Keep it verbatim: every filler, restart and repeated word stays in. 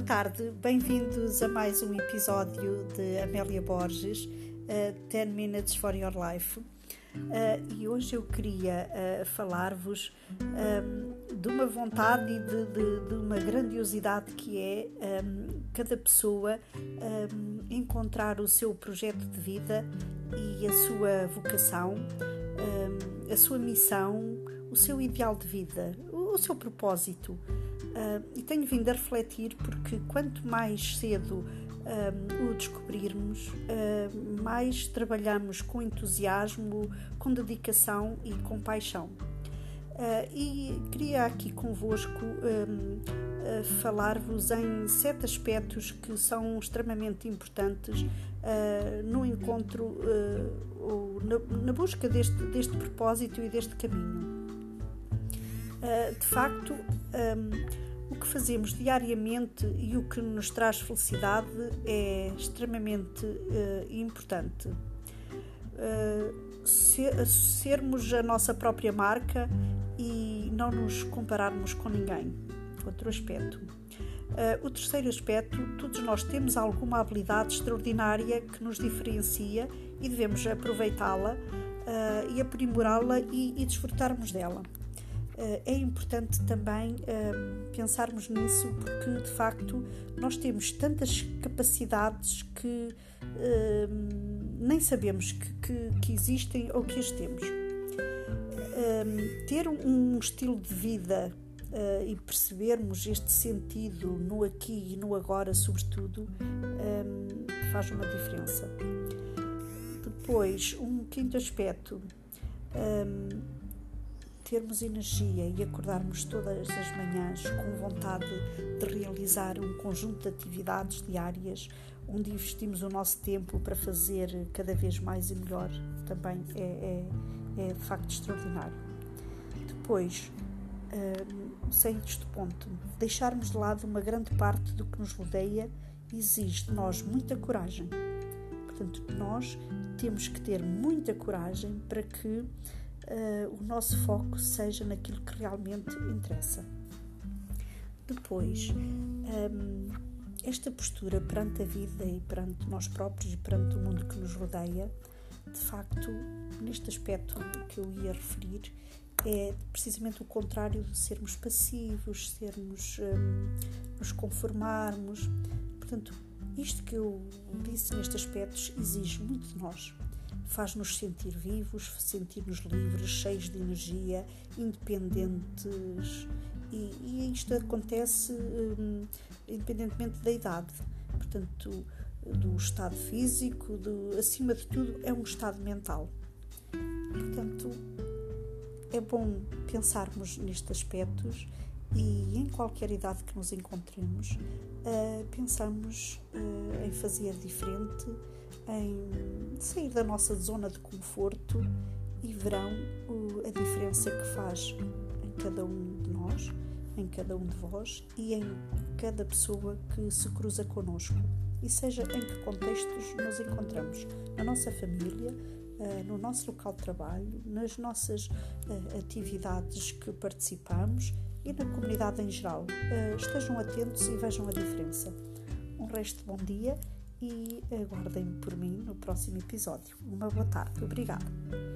tarde, bem-vindos a mais um episódio de Amélia Borges, uh, ten minutes for your life. Uh, e hoje eu queria uh, falar-vos um, de uma vontade e de, de, de uma grandiosidade que é um, cada pessoa um, encontrar o seu projeto de vida e a sua vocação, um, a sua missão, o seu ideal de vida, o, o seu propósito. Uh, e tenho vindo a refletir porque quanto mais cedo um, o descobrirmos, uh, mais trabalhamos com entusiasmo, com dedicação e com paixão. Uh, e queria aqui convosco um, uh, falar-vos em sete aspectos que são extremamente importantes uh, no encontro uh, ou na, na busca deste, deste propósito e deste caminho. Uh, de facto, um, o que fazemos diariamente e o que nos traz felicidade é extremamente uh, importante. Uh, ser, sermos a nossa própria marca e não nos compararmos com ninguém. Outro aspecto. Uh, o terceiro aspecto, todos nós temos alguma habilidade extraordinária que nos diferencia e devemos aproveitá-la uh, e aprimorá-la e, e desfrutarmos dela. É importante também uh, pensarmos nisso porque, de facto, nós temos tantas capacidades que uh, nem sabemos que, que, que existem ou que as temos. Uh, ter um, um estilo de vida uh, e percebermos este sentido no aqui e no agora, sobretudo, uh, faz uma diferença. Depois, um quinto aspecto. Uh, termos energia e acordarmos todas as manhãs com vontade de realizar um conjunto de atividades diárias onde investimos o nosso tempo para fazer cada vez mais e melhor, também é, é, é de facto extraordinário. Depois, um, sexto ponto, deixarmos de lado uma grande parte do que nos rodeia exige de nós muita coragem. Portanto, nós temos que ter muita coragem para que Uh, o nosso foco seja naquilo que realmente interessa. Depois, um, esta postura perante a vida e perante nós próprios e perante o mundo que nos rodeia, de facto, neste aspecto que eu ia referir, é precisamente o contrário de sermos passivos, sermos, um, nos conformarmos. Portanto, isto que eu disse nestes aspectos exige muito de nós. Faz-nos sentir vivos, sentir-nos livres, cheios de energia, independentes e, e isto acontece um, independentemente da idade, portanto, do estado físico, do, acima de tudo é um estado mental. Portanto, é bom pensarmos nestes aspectos e em qualquer idade que nos encontremos, uh, pensamos uh, em fazer diferente, em sair da nossa zona de conforto e verão uh, a diferença que faz em cada um de nós, em cada um de vós e em cada pessoa que se cruza connosco. E seja em que contextos nos encontramos, na nossa família, uh, no nosso local de trabalho, nas nossas uh, atividades que participamos e na comunidade em geral. Uh, estejam atentos e vejam a diferença. Um resto de bom dia e aguardem por mim no próximo episódio. Uma boa tarde. Obrigada.